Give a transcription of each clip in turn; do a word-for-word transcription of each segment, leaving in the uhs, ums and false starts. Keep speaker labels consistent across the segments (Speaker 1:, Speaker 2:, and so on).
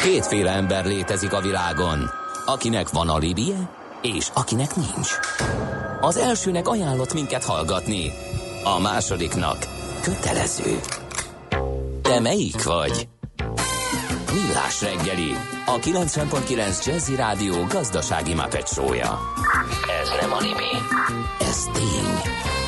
Speaker 1: Kétféle ember létezik a világon, akinek van alibije, és akinek nincs. Az elsőnek ajánlott minket hallgatni, a másodiknak kötelező. Te melyik vagy? Millás reggeli, a kilencven pont kilenc Jazzy Rádió gazdasági Muppet show-ja. Ez nem anime, ez tény.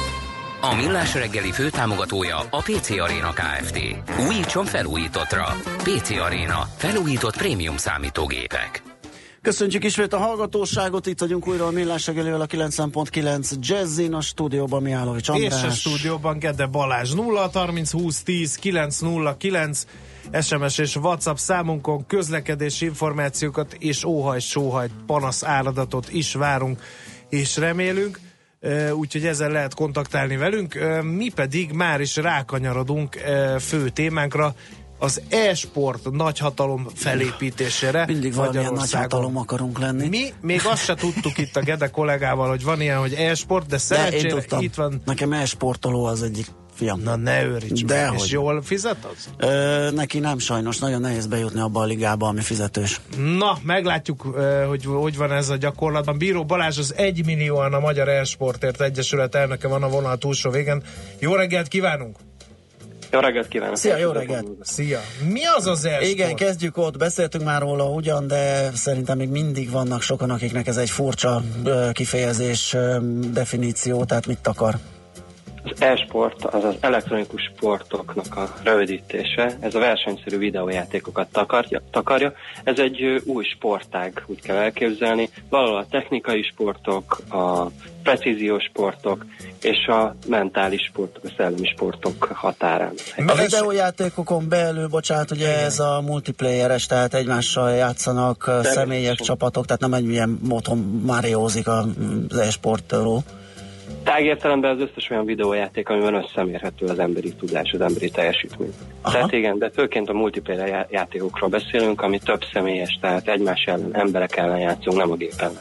Speaker 1: A Millás reggeli főtámogatója a pé cé Arena Kft. Újítson felújítottra. pé cé Arena. Felújított prémium számítógépek.
Speaker 2: Köszönjük ismét a hallgatóságot, itt vagyunk újra a Millás reggelivel a kilencven pont kilenc Jazzin, a stúdióban Mihálovics András.
Speaker 3: És a stúdióban Gede Balázs. Nulla harminc húsz tíz kilenc nulla kilenc es em es és WhatsApp számunkon közlekedési információkat és óhajt, sóhajt, panasz áradatot is várunk és remélünk. Úgyhogy ezzel lehet kontaktálni velünk. Mi pedig már is rákanyarodunk fő témánkra, az e-sport nagyhatalom felépítésére.
Speaker 2: Mindig valamilyen nagyhatalom akarunk lenni.
Speaker 3: Mi még azt se tudtuk itt a Gede kollégával, hogy van ilyen, hogy e-sport, de szerencsére itt van.
Speaker 2: Nekem e-sportoló az egyik fiam.
Speaker 3: Na ne őríts meg. És jól fizet az?
Speaker 2: Ö, neki nem sajnos, nagyon nehéz bejutni abba a ligába, ami fizetős.
Speaker 3: Na, meglátjuk, hogy hogy van ez a gyakorlatban. Bíró Balázs, az egy millióan a Magyar E-sportért Egyesület elnöke van a vonal túlsó végén. Jó reggelt kívánunk!
Speaker 4: Jó reggelt kívánok!
Speaker 2: Szia, jó reggelt!
Speaker 3: Szia! Mi az az e-sport?
Speaker 2: Igen, kezdjük ott, beszéltünk már róla ugyan, de szerintem még mindig vannak sokan, akiknek ez egy furcsa kifejezés, definíció, tehát mit akar?
Speaker 4: Az e-sport az az elektronikus sportoknak a rövidítése, ez a versenyszerű videójátékokat takarja, takarja. Ez egy új sportág, úgy kell elképzelni, valahol a technikai sportok, a precíziós sportok és a mentális sportok, a szellemi sportok határán.
Speaker 2: A videójátékokon belül, bocsánat, ugye ez a multiplayeres, tehát egymással játszanak személyes csapatok, tehát nem egy ilyen módon Mariózik az e-sportról.
Speaker 4: Tágértelemben az összes olyan videójáték, amiben összemérhető az emberi tudás, az emberi teljesítmény. Aha. Tehát igen, de főként a multiplayer játékokról beszélünk, ami több személyes, tehát egymás ellen, emberek ellen játszunk, nem a gép ellen.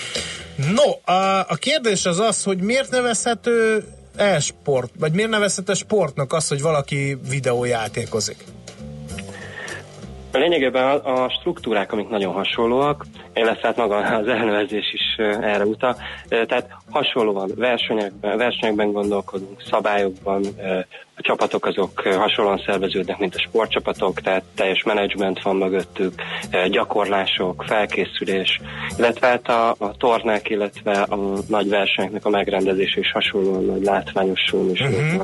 Speaker 3: No, a, a kérdés az az, hogy miért nevezhető e-sport, vagy miért nevezhető sportnak az, hogy valaki videójátékozik?
Speaker 4: Lényegében a, a struktúrák, amik nagyon hasonlóak, illetve hát maga az elnevezés is erre utal. Tehát hasonlóan versenyekben, versenyekben gondolkodunk, szabályokban, a csapatok azok hasonlóan szerveződnek, mint a sportcsapatok, tehát teljes menedzsment van mögöttük, gyakorlások, felkészülés, illetve hát a, a tornák, illetve a nagy versenyeknek a megrendezése is hasonlóan nagy látványosul, és uh-huh.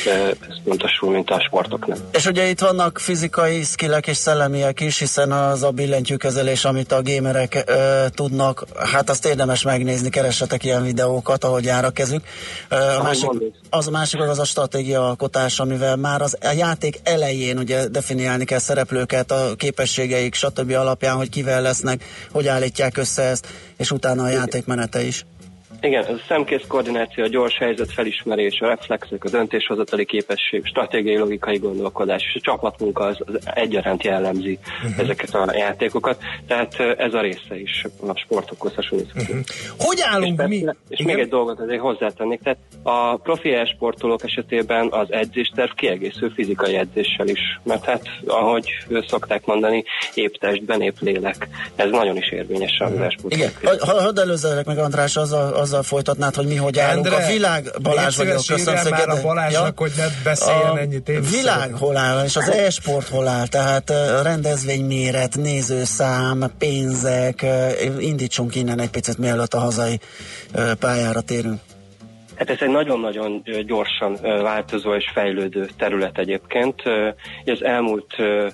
Speaker 4: ez pontosul, mint a sportoknak.
Speaker 2: És ugye itt vannak fizikai skillek és szellemiek is, hiszen az a billentyűkezelés, amit a gamerek ö, tudnak, hát azt érdemes megnézni, keressetek ilyen videókat, ahogy jár a kezük. Ö, a másik, az a másik az a stratégiaalkotás, amivel már az, a játék elején ugye definiálni kell szereplőket, a képességeik, stb. Alapján, hogy kivel lesznek, hogy állítják össze ezt, és utána a játék menete is.
Speaker 4: Igen, ez a szemkész koordináció, a gyors helyzet felismerés, a reflexek, a döntéshozatali képesség, stratégiai logikai gondolkodás és a csapatmunka az, az egyaránt jellemzi uh-huh. ezeket a játékokat, tehát ez a része is a sportokhoz hasonlítható. Uh-huh.
Speaker 3: Hogy állunk
Speaker 4: és
Speaker 3: mi?
Speaker 4: Persze, és még egy dolgot azért hozzátennék, tehát a profi e-sportolók esetében az edzésterv kiegészül fizikai edzéssel is, mert hát ahogy szokták mondani, épp testben, épp lélek. Ez nagyon is érvényes az e-sportolók.
Speaker 2: Igen, hadd előzzelek meg András, azzal, azzal folytatnád, hogy mi hogy állunk.
Speaker 3: Endre,
Speaker 2: a világ, Balázs vagyok, köszönöm szépen.
Speaker 3: Már a Balázsnak, ja? Hogy ne beszéljen ennyit. Én
Speaker 2: világ hol áll, és az e-sport hol áll, tehát rendezvényméret, nézőszám, pénzek, indítsunk innen egy picit, mielőtt a hazai pályára térünk.
Speaker 4: Hát ez egy nagyon-nagyon gyorsan változó és fejlődő terület egyébként. Az elmúlt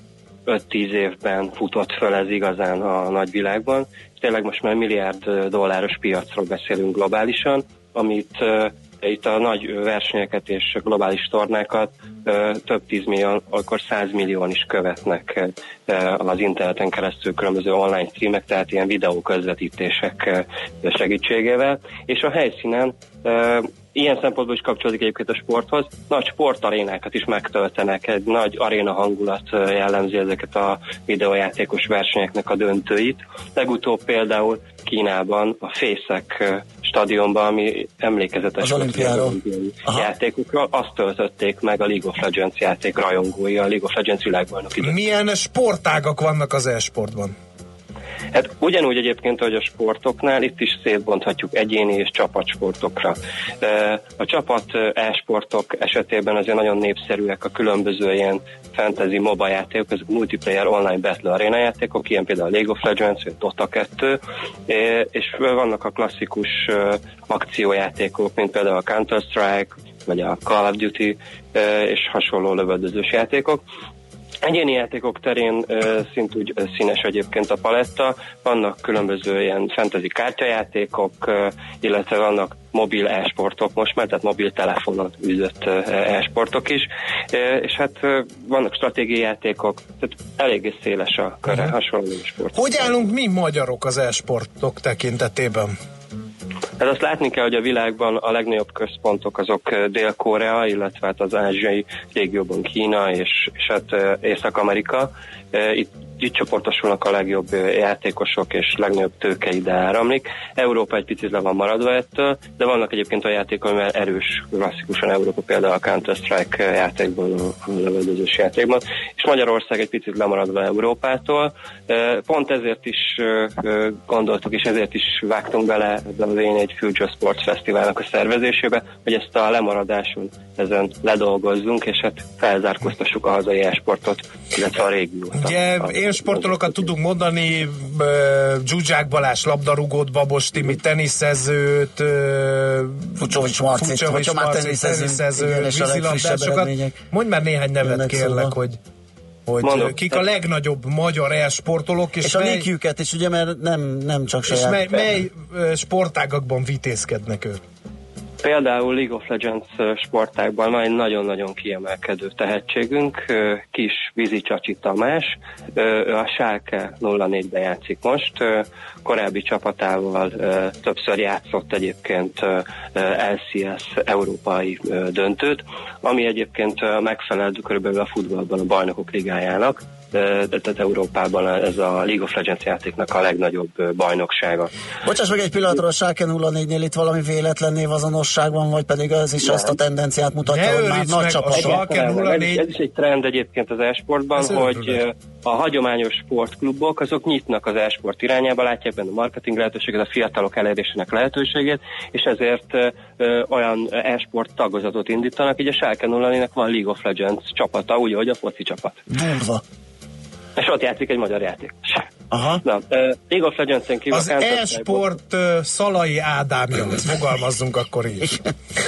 Speaker 4: öt-tíz évben futott föl ez igazán a nagyvilágban. Tényleg most már milliárd dolláros piacról beszélünk globálisan, amit uh, itt a nagy versenyeket és globális tornákat uh, több tízmillió, akkor százmillióan is követnek uh, az interneten keresztül különböző online streamek, tehát ilyen videó közvetítések uh, segítségével, és a helyszínen uh, ilyen szempontból is kapcsolódik egyébként a sporthoz. Nagy sportarénákat is megtöltenek, egy nagy aréna hangulat jellemzi ezeket a videójátékos versenyeknek a döntőit. Legutóbb például Kínában a Fészek stadionban, ami emlékezetes játékokra, azt töltötték meg a League of Legends játék rajongói, a League of Legends világbajnoki.
Speaker 5: Milyen sportágak vannak az e-sportban?
Speaker 4: Hát ugyanúgy egyébként, hogy a sportoknál, itt is szétbonthatjuk egyéni és csapatsportokra. A csapat e-sportok esetében azért nagyon népszerűek a különböző ilyen fantasy MOBA játékok, ezek multiplayer online battle arena játékok, ilyen például a League of Legends, vagy Dota kettő, és vannak a klasszikus akciójátékok, mint például a Counter-Strike, vagy a Call of Duty, és hasonló lövöldözős játékok. Egyéni játékok terén uh, szintúgy uh, színes egyébként a paletta, vannak különböző ilyen fantasy kártyajátékok, uh, illetve vannak mobil e-sportok most már, tehát mobiltelefonon űzött uh, e-sportok is, uh, és hát uh, vannak stratégiai játékok, tehát eléggé széles a köre, uh-huh. hasonló sport.
Speaker 5: Hogy állunk mi magyarok az e-sportok tekintetében?
Speaker 4: Hát azt látni kell, hogy a világban a legnagyobb központok azok Dél-Korea, illetve hát az ázsiai régióban Kína és, és hát Észak-Amerika. Itt, itt csoportosulnak a legjobb játékosok és legnagyobb tőke ide áramlik. Európa egy picit le van maradva ettől, de vannak egyébként a játékok, amivel erős, klasszikusan Európa, például a Counter-Strike játékban, a lövöldözős játékban, és Magyarország egy picit lemaradva Európától. Pont ezért is gondoltuk, és ezért is vágtunk bele ebben a vé négy Future Sports Fesztiválnak a szervezésébe, hogy ezt a lemaradáson ezen ledolgozzunk, és hát felzárkóztassuk a hazai e-sportot, illetve a régiót.
Speaker 5: Ugye élsportolókat tudunk mondani, Zsuzsák Balázs labdarúgót, Babos Timi teniszezőt,
Speaker 2: Fucsovics Marcit, hogyha már teniszező,
Speaker 5: vízilabdásokat. Mondj már néhány nevet, kérlek, hogy hogy Mondok, kik a legnagyobb magyar e-sportolók, és,
Speaker 2: és
Speaker 5: mely,
Speaker 2: a nékjüket is, ugye, mert nem, nem csak saját.
Speaker 5: És mely, mely sportágakban vitézkednek ők?
Speaker 4: Például League of Legends sportákban van egy nagyon-nagyon kiemelkedő tehetségünk, Kis Vizi Csacsi Tamás, ő a Schalke nulla négybe játszik most, korábbi csapatával többször játszott egyébként el cé es európai döntőt, ami egyébként megfelel körülbelül a futballban a Bajnokok Ligájának, tehát Európában ez a League of Legends játéknak a legnagyobb bajnoksága.
Speaker 2: Bocsáss meg egy pillanatra, a Schalke nulla négynél itt valami véletlen névazonosság van, vagy pedig ez is azt a tendenciát mutatja,
Speaker 5: ne
Speaker 2: hogy már nagy csapatok.
Speaker 4: Ez is egy trend egyébként az e-sportban, ez hogy örülök. A hagyományos sportklubok azok nyitnak az e-sport irányába, látják benne a marketing lehetőséget, a fiatalok elérésének lehetőségét, és ezért ö, olyan e-sport tagozatot indítanak, így a Schalke nulla négynek van League of Legends csapata, úgy, ahogy a foci csapat.
Speaker 2: Durva.
Speaker 4: És ott játszik egy magyar játék.
Speaker 2: Aha.
Speaker 4: Na, uh, League of Legends-en kívül...
Speaker 5: Az e-sport uh, Szalai Ádámja, fogalmazzunk akkor így.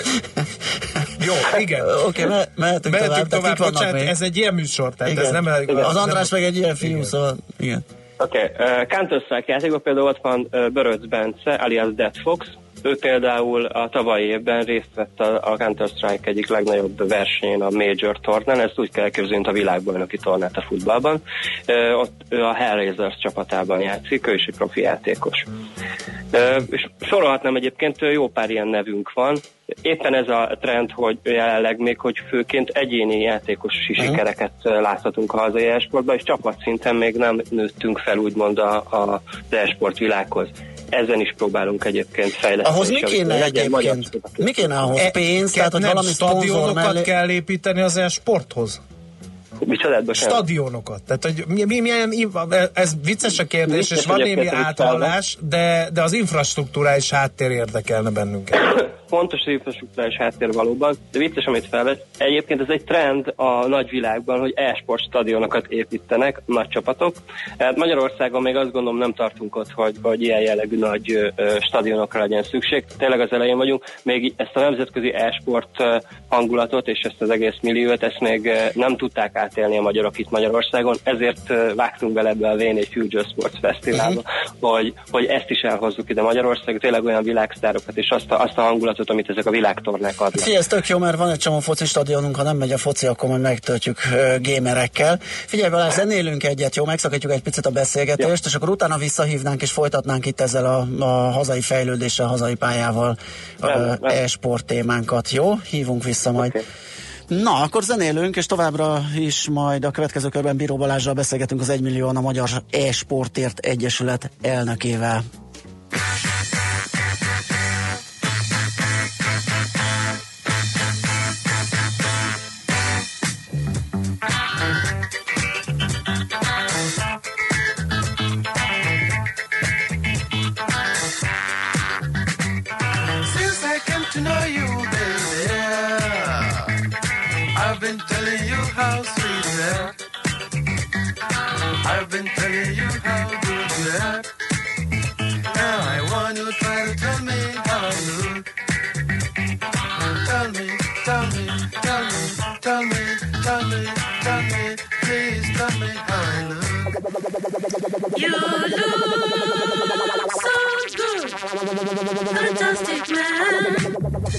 Speaker 5: Jó, igen.
Speaker 2: Oké, okay, mehetünk tovább.
Speaker 5: tovább. Bocsánat, ez egy ilyen műsor, tehát igen. Ez nem...
Speaker 2: Igen. Az András
Speaker 5: nem,
Speaker 2: meg egy ilyen fiú, szóval... Igen.
Speaker 4: Oké, okay. uh, Counter-Strike játékban például ott van uh, Böröc Bence, alias Dead Fox. Ő például a tavalyi évben részt vett a, a Counter-Strike egyik legnagyobb versenyén, a Major tornán, ezt úgy kell elképzelni, mint a világbajnoki tornát a futballban. Ö, ott ő a Hellraisers csapatában játszik, ő is egy profi játékos. Ö, és sorolhatnám egyébként, jó pár ilyen nevünk van. Éppen ez a trend, hogy jelenleg még, hogy főként egyéni játékos sikereket láthatunk a hazai e-sportban, és csapatszinten még nem nőttünk fel úgymond a, a e-sport világhoz. Ezen is próbálunk egyébként fejleszteni.
Speaker 2: Ahhoz mi kéne egyébként? Mi kéne ahhoz?
Speaker 5: E,
Speaker 2: pénz? Tehát, hogy valami
Speaker 5: stadionokat
Speaker 2: mellé...
Speaker 5: kell építeni az e-sporthoz?
Speaker 4: Micsodát,
Speaker 5: stadionokat. Tehát, hogy mi, mi, milyen, ez vicces a kérdés, vicces, és van némi áthallás, de, de az infrastruktúrális háttér érdekelne bennünket.
Speaker 4: Fontos az infrastruktúrális háttér valóban, de vicces, amit felvett. Egyébként ez egy trend a nagyvilágban, hogy e-sport stadionokat építenek nagy csapatok. Hát Magyarországon még azt gondolom nem tartunk ott, hogy, hogy ilyen jellegű nagy ö, stadionokra legyen szükség. Tényleg az elején vagyunk. Még ezt a nemzetközi e-sport hangulatot és ezt az egész milliót, ezt még nem tudták átélni a magyarok itt Magyarországon. Ezért vágtunk bele ebbe a vé négy Future Sports Fesztiválba, uh-huh. hogy, hogy ezt is elhozzuk ide Magyarországon. Tényleg olyan világsztárokat és azt a, azt a hangulatot kapcsolatot, amit ezek a világtornák adnak.
Speaker 2: Figyelj, ez tök jó, mert van egy csomó foci stadionunk, ha nem megy a foci, akkor majd megtöltjük uh, gémerekkel. Figyelj, Balázs, zenélünk egyet, jó, megszakítjuk egy picit a beszélgetést, ja. és akkor utána visszahívnánk és folytatnánk itt ezzel a, a hazai fejlődéssel, a hazai pályával uh, e-sport témánkat, jó? Hívunk vissza majd. Okay. Na, akkor zenélünk, és továbbra is majd a következő körben Bíró Balázsral beszélgetünk az egymillióan a Magyar E-sportért Egyesület elnökével.
Speaker 6: I've been telling you how good you are. Now I want you to try to tell me how I look. Tell me, tell me, tell me, tell me, tell me, tell me, please tell me how I look.
Speaker 7: You look so good, fantastic man.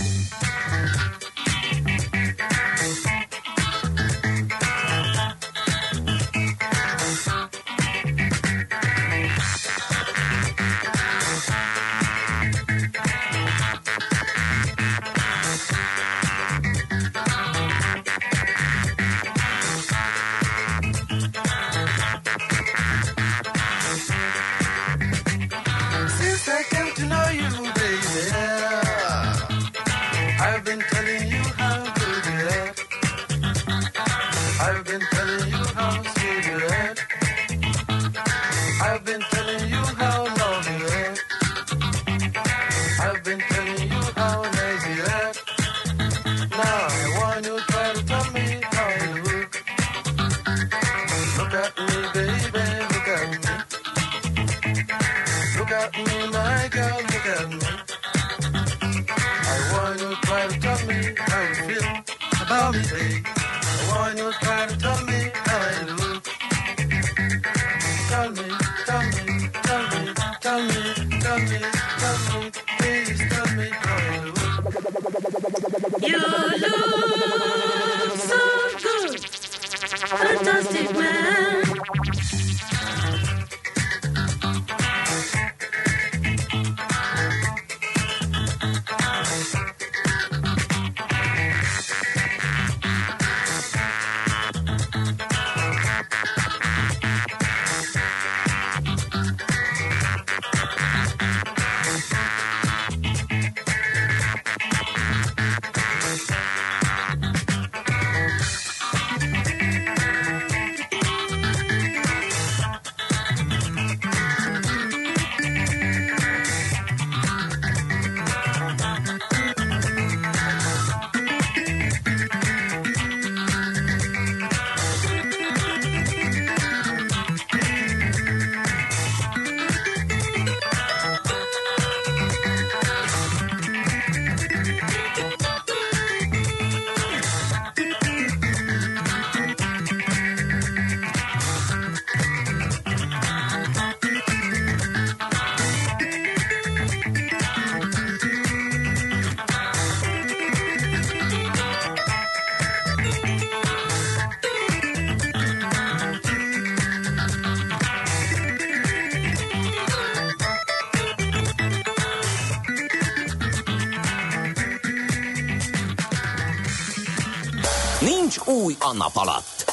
Speaker 1: Nincs új a nap alatt.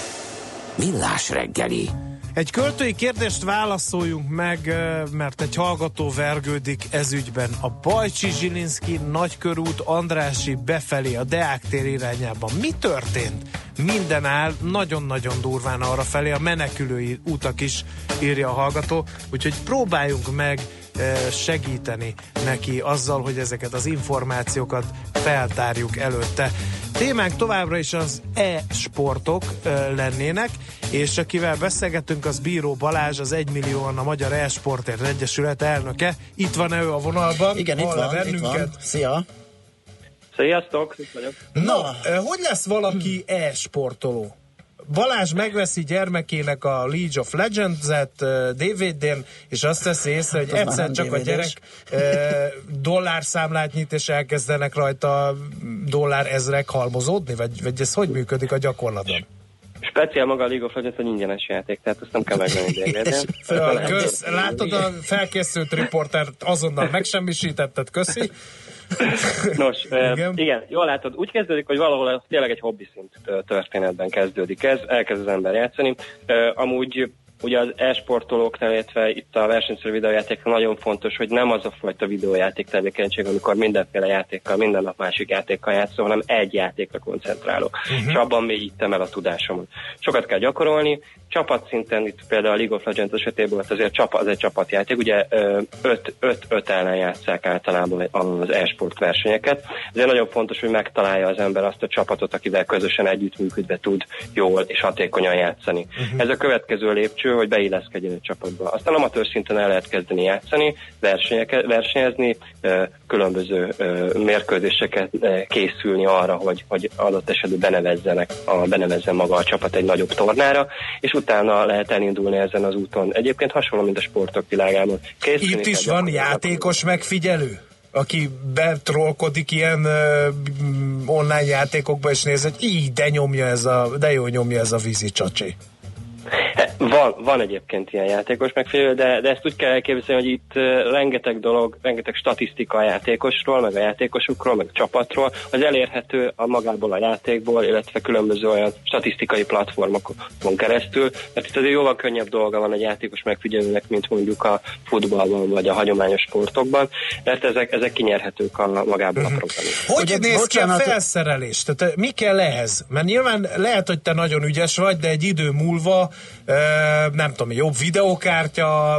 Speaker 1: Millás reggeli.
Speaker 3: Egy költői kérdést válaszoljunk meg, mert egy hallgató vergődik ezügyben. A Bajcsi-Zsilinszky Nagykörút Andrássy befelé a Deák tér irányában. Mi történt? Minden áll nagyon-nagyon durván arra felé, a menekülői utak is, írja a hallgató, úgyhogy próbáljunk meg segíteni neki azzal, hogy ezeket az információkat feltárjuk előtte. Témánk továbbra is az e-sportok lennének, és akivel beszélgetünk, az Bíró Balázs, az egymillióan a Magyar E-sportért Egyesület elnöke. Itt van ő a vonalban?
Speaker 2: Igen, itt van, itt van. Szia!
Speaker 4: Sziasztok, itt vagyok.
Speaker 5: Na, hogy lesz valaki e-sportoló? Balázs megveszi gyermekének a League of Legends-et dé vé dén, és azt teszi észre, hogy egyszer csak a gyerek dollárszámlát nyit, és elkezdenek rajta dollár ezrek halmozódni, vagy, vagy ez hogy működik a gyakorlatban?
Speaker 4: Speciál maga a League of Legends egy ingyenes játék, tehát azt nem kell megvenni.
Speaker 5: Kösz, látod, a felkészült riportert azonnal megsemmisítetted, köszi.
Speaker 4: Nos, igen. igen, jól látod, úgy kezdődik, hogy valahol ez tényleg egy hobbi szint történetben kezdődik ez, elkezd az ember játszani. Amúgy ugye az e-sportolóknál, illetve itt a versenyszerű videójátéknál nagyon fontos, hogy nem az a fajta videójáték tevékenység, amikor mindenféle játékkal, minden nap másik játékkal játszol, hanem egy játékra koncentrálok. Uh-huh. És abban mélyítem el a tudásomat. Sokat kell gyakorolni, csapatszinten, itt például a League of Legends esetében azért csapat, az egy csapatjáték, ugye öt ellen játsszák általában az e-sport versenyeket. Ezért nagyon fontos, hogy megtalálja az ember azt a csapatot, akivel közösen együttműködve tud jól és hatékonyan játszani. Uh-huh. Ez a következő lépcső, hogy beilleszkedjen egy csapatba. Aztán amatőr szinten el lehet kezdeni játszani, versenyezni, különböző mérkőzéseket készülni arra, hogy, hogy adott esetben benevezzenek, a, benevezzen maga a csapat egy nagyobb tornára, és utána lehet elindulni ezen az úton. Egyébként hasonló, mint a sportok világában. Készülni
Speaker 5: itt is van játékos megfigyelő, aki betrollkodik ilyen uh, online játékokba, és néz, hogy így, de nyomja ez a, de jó nyomja ez a vízi csacsi.
Speaker 4: Van, van egyébként ilyen játékos megfigyelő, de, de ezt úgy kell elképzelni, hogy itt uh, rengeteg dolog, rengeteg statisztika a játékosról, meg a játékosukról, meg a csapatról, az elérhető a magából a játékból, illetve különböző olyan statisztikai platformokon keresztül, mert itt azért jóval könnyebb dolga van egy játékos megfigyelőnek, mint mondjuk a futballban, vagy a hagyományos sportokban, mert ezek, ezek kinyerhetők a magából uh-huh. a programok.
Speaker 5: Hogy ugye, néz ki a felszerelés? Tehát mi kell ehhez? Mert nyilván lehet, hogy te nagyon ügyes vagy, de egy idő múlva nem tudom, jobb videókártya,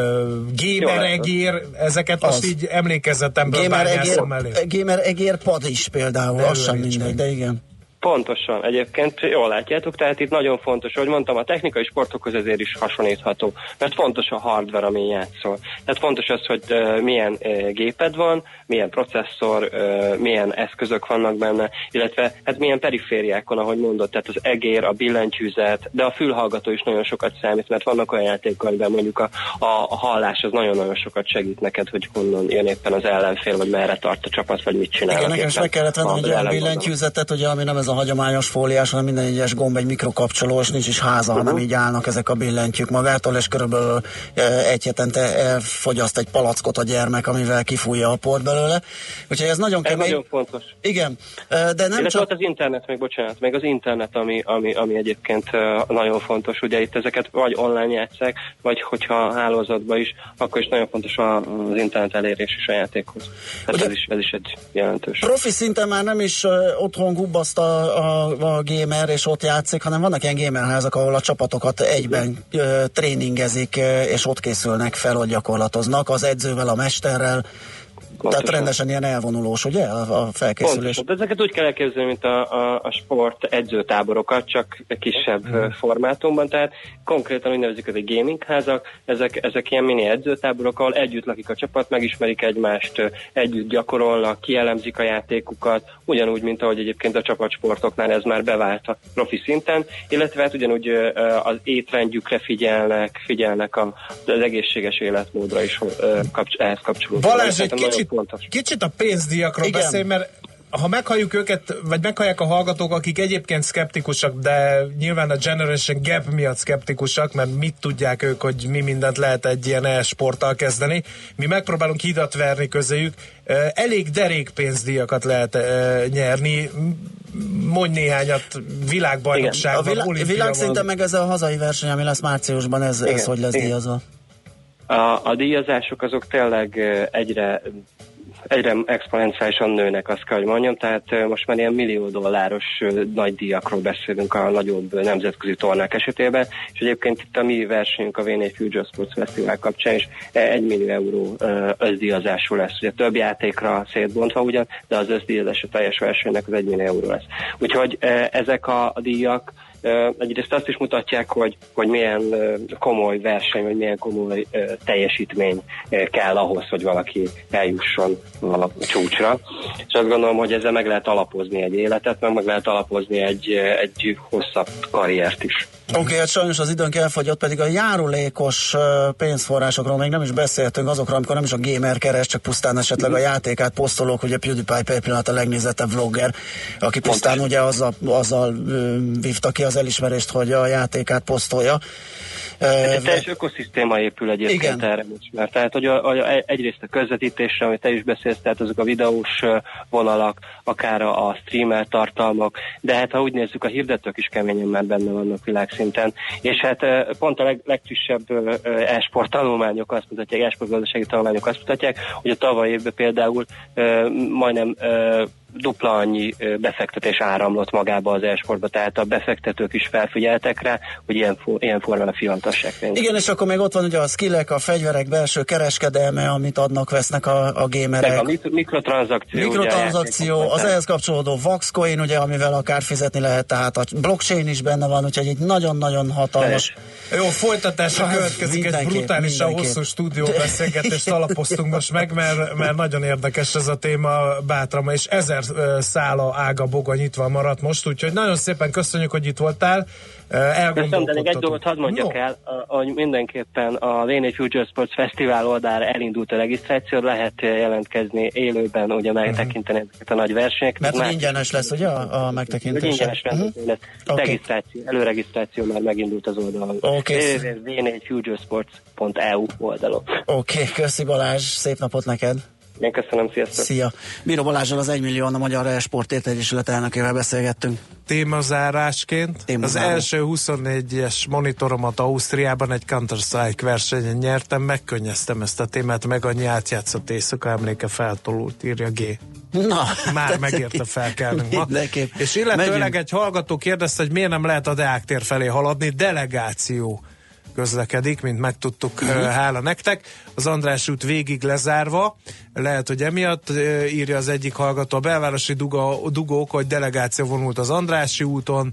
Speaker 5: gamer egér, ezeket az. Most így emlékezetemből bányászom elő.
Speaker 2: Gamer egér pad is például, az sem mindegy, de igen.
Speaker 4: Pontosan, egyébként jól látjátok, tehát itt nagyon fontos, hogy mondtam, a technikai sportokhoz ezért is hasonlítható, mert fontos a hardware, ami játszol. Tehát fontos az, hogy uh, milyen uh, géped van, milyen processzor, uh, milyen eszközök vannak benne, illetve hát milyen perifériákon, ahogy mondod, tehát az egér, a billentyűzet, de a fülhallgató is nagyon sokat számít, mert vannak olyan játékok, amiben mondjuk a, a, a hallás az nagyon-nagyon sokat segít neked, hogy honnan jön éppen az ellenfél, vagy merre tart a csapat, vagy mit csinál.
Speaker 2: Igen, nekem is meg kellett venni egy olyan billentyűzetet, ugye, ami nem ez a hagyományos fóliás, hanem minden egyes gomb egy mikrokapcsoló, és nincs is háza, uh-huh. hanem így állnak ezek a billentyűk magától, és körülbelül egy hetente elfogyaszt egy palackot a gyermek, amivel kifújja a port belőle. Úgyhogy ez nagyon kemény.
Speaker 4: Ez nagyon fontos.
Speaker 2: Igen, de nem
Speaker 4: illetve
Speaker 2: csak...
Speaker 4: ott az internet, még bocsánat, még az internet, ami, ami, ami egyébként nagyon fontos. Ugye itt ezeket vagy online játsszák, vagy hogyha hálózatban is, akkor is nagyon fontos az internet elérés is a játékhoz. Tehát ez is, ez is egy jelentős.
Speaker 2: Profi szinten már nem is otthon gubbaszt a A, a gamer, és ott játszik, hanem vannak ilyen gamerházak, ahol a csapatokat egyben ö, tréningezik, ö, és ott készülnek fel, ott gyakorlatoznak az edzővel, a mesterrel. Pontosan. Tehát rendesen ilyen elvonulós, ugye, a, a felkészülés?
Speaker 4: Pontosan. De ezeket úgy kell elképzelni, mint a, a, a sport edzőtáborokat, csak kisebb mm. formátumban, tehát konkrétan úgy nevezik, ezek gaming házak, ezek, ezek ilyen mini edzőtáborok, ahol együtt lakik a csapat, megismerik egymást, együtt gyakorolnak, kielemzik a játékukat, ugyanúgy, mint ahogy egyébként a csapatsportoknál ez már bevált a profi szinten, illetve hát ugyanúgy az étrendjükre figyelnek, figyelnek a, az egészséges életmódra is kapcs- ehhez kapcsolódóan.
Speaker 5: Balázs, egy kicsit, kicsit a pénzdíjakról beszélj, mert ha meghalljuk őket, vagy meghallják a hallgatók, akik egyébként szkeptikusak, de nyilván a Generation Gap miatt szkeptikusak, mert mit tudják ők, hogy mi mindent lehet egy ilyen e-sporttal kezdeni. Mi megpróbálunk hidat verni közéjük. Elég derék pénzdíjakat lehet nyerni. Mondj néhányat, világbajnokságban,
Speaker 2: a vilá- világszinten meg ez a hazai verseny, ami lesz márciusban, ez, ez hogy lesz Igen. díjazva?
Speaker 4: A, a díjazások azok tényleg egyre egyre exponenciálisan nőnek, azt kell, hogy mondjam, tehát most már ilyen millió dolláros nagy díjakról beszélünk a nagyobb nemzetközi tornák esetében, és egyébként itt a mi versenyünk a vé négy Future Sports Festival kapcsán is egy millió euró összdíjazású lesz. Ugye több játékra szétbontva ugyan, de az összdíjazás a teljes versenynek az egy millió euró lesz. Úgyhogy ezek a díjak egyrészt azt is mutatják, hogy, hogy milyen komoly verseny, vagy milyen komoly teljesítmény kell ahhoz, hogy valaki eljusson a csúcsra. És azt gondolom, hogy ezzel meg lehet alapozni egy életet, meg meg lehet alapozni egy, egy hosszabb karriert is.
Speaker 2: Oké, okay, hát sajnos az időnk elfogyott, pedig a járulékos pénzforrásokról még nem is beszéltünk, azokról, amikor nem is a gamer keres, csak pusztán esetleg a játékát posztolók, ugye PewDiePie per pillanat a legnézettebb vlogger, aki pusztán ugye azzal, azzal vívta ki az elismerést, hogy a játékát posztolja.
Speaker 4: Ez egy teljes ökoszisztéma épül egyébként igen. erre is, mert tehát, hogy a, a, egyrészt a közvetítésre, amit te is beszélsz, tehát azok a videós vonalak, akár a, a streamer tartalmak, de hát ha úgy nézzük, a hirdetők is keményen már benne vannak világszinten, és hát pont a leg, legfrissebb e-sport tanulmányok azt mutatják, e-sport gazdasági tanulmányok azt mutatják, hogy a tavaly évben például majdnem dupla annyi befektetés áramlott magába az e-sportba, tehát a befektetők is felfigyeltek rá, hogy ilyen, ilyen formán a fiatalság pénz.
Speaker 2: Igen, és akkor még ott van ugye a skillek, a fegyverek belső kereskedelme, amit adnak, vesznek a, a gamerek.
Speaker 4: Meg a mikro, mikrotranszakció.
Speaker 2: Mikrotranszakció, ugye, az ehhez kapcsolódó Vaxcoin, ugye, amivel akár fizetni lehet, tehát a blockchain is benne van, úgyhogy egy nagyon-nagyon hatalmas.
Speaker 5: Jó, folytatásra következik egy brutálisan hosszú stúdióbeszélgetést alapoztunk most meg, mert, mert nagyon érdekes ez a téma, bátran, és ezer szála ága boga nyitva maradt most, úgyhogy nagyon szépen köszönjük, hogy itt voltál.
Speaker 4: Köszönöm, de még egy dolgot hadd mondjak no. el, hogy mindenképpen a vé négy Future Sports Fesztivál oldalra elindult a regisztráció, lehet jelentkezni élőben, ugye megtekinteni uh-huh. ezeket a nagy versenyeket.
Speaker 2: Mert már ingyenes lesz, ugye a, a megtekintése?
Speaker 4: Ingyenes uh-huh. lesz. Okay. Regisztráció, előregisztráció már megindult az oldalon.
Speaker 2: Okay.
Speaker 4: double-u double-u double-u pont vé négy futuresports pont e u oldalon.
Speaker 2: Oké, okay, köszi Balázs, szép napot neked!
Speaker 4: Én köszönöm, sziasztok!
Speaker 2: Szia! Bíró Balázsral, az egymillió a Magyar Sport Egyesület elnökével beszélgettünk.
Speaker 3: Témazárásként Témazáró. Az első huszonnégyes monitoromat Ausztriában egy Counter-Strike versenyen nyertem, megkönnyeztem ezt a témát, meg annyi átjátszott éjszaka emléke feltolult, írja G.
Speaker 2: Na,
Speaker 3: már megérte felkelnünk ma. És illetőleg Megyünk. Egy hallgató kérdezte, hogy miért nem lehet a Deák tér felé haladni, delegáció közlekedik, mint megtudtuk, uh-huh. hála nektek. Az András út végig lezárva, lehet, hogy emiatt írja az egyik hallgató, a belvárosi duga, dugók, hogy delegáció vonult az Andrássy úton,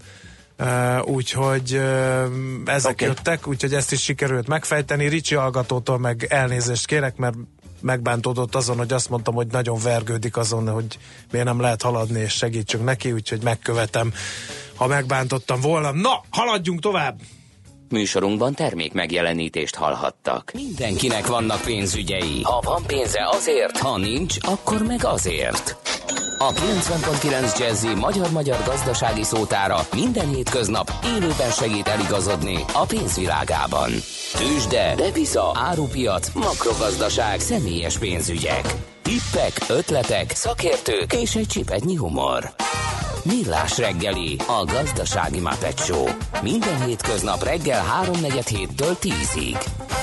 Speaker 3: uh, úgyhogy uh, ezek okay. jöttek, úgyhogy ezt is sikerült megfejteni. Ricsi hallgatótól meg elnézést kérek, mert megbántódott azon, hogy azt mondtam, hogy nagyon vergődik azon, hogy miért nem lehet haladni, és segítsünk neki, úgyhogy megkövetem, ha megbántottam volna. Na, haladjunk tovább!
Speaker 1: Műsorunkban termék megjelenítést hallhattak. Mindenkinek vannak pénzügyei. Ha van pénze, azért, ha nincs, akkor meg azért. A kilencven pont kilenc Jazzy magyar-magyar gazdasági szótára minden hétköznap élőben segít eligazodni a pénzvilágában. Tőzsde, depisza, árupiac, makrogazdaság, személyes pénzügyek. Tippek, ötletek, szakértők és egy csipetnyi humor. Millás reggeli, a gazdasági Muppet Show. Minden hétköznap reggel háromnegyed héttől tízig.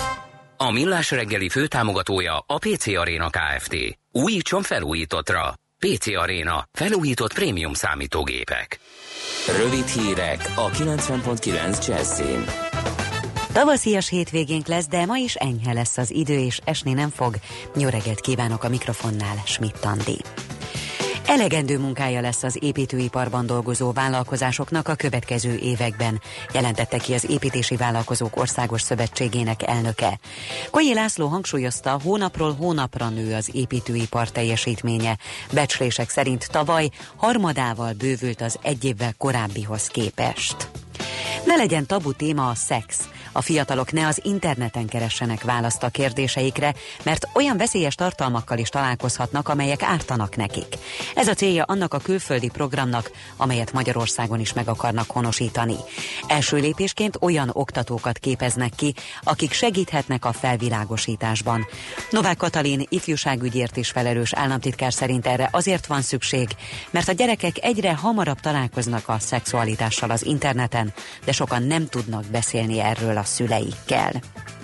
Speaker 1: A Millás reggeli főtámogatója a pé cé Arena Kft. Újítson felújítottra. pé cé Arena. Felújított prémium számítógépek. Rövid hírek a kilencven pont kilenc Jazzin.
Speaker 8: Tavaszias hétvégénk lesz, de ma is enyhe lesz az idő, és esni nem fog. Jó reggelt kívánok, a mikrofonnál Schmidt Andi. Elegendő munkája lesz az építőiparban dolgozó vállalkozásoknak a következő években, jelentette ki az Építési Vállalkozók Országos Szövetségének elnöke. Kolyi László hangsúlyozta, hónapról hónapra nő az építőipar teljesítménye. Becslések szerint tavaly harmadával bővült az egy évvel korábbihoz képest. Ne legyen tabu téma a szex. A fiatalok ne az interneten keressenek választ a kérdéseikre, mert olyan veszélyes tartalmakkal is találkozhatnak, amelyek ártanak nekik. Ez a célja annak a külföldi programnak, amelyet Magyarországon is meg akarnak honosítani. Első lépésként olyan oktatókat képeznek ki, akik segíthetnek a felvilágosításban. Novák Katalin ifjúságügyért is felelős államtitkár szerint erre azért van szükség, mert a gyerekek egyre hamarabb találkoznak a szexualitással az interneten, de sokan nem tudnak beszélni erről a szüleikkel.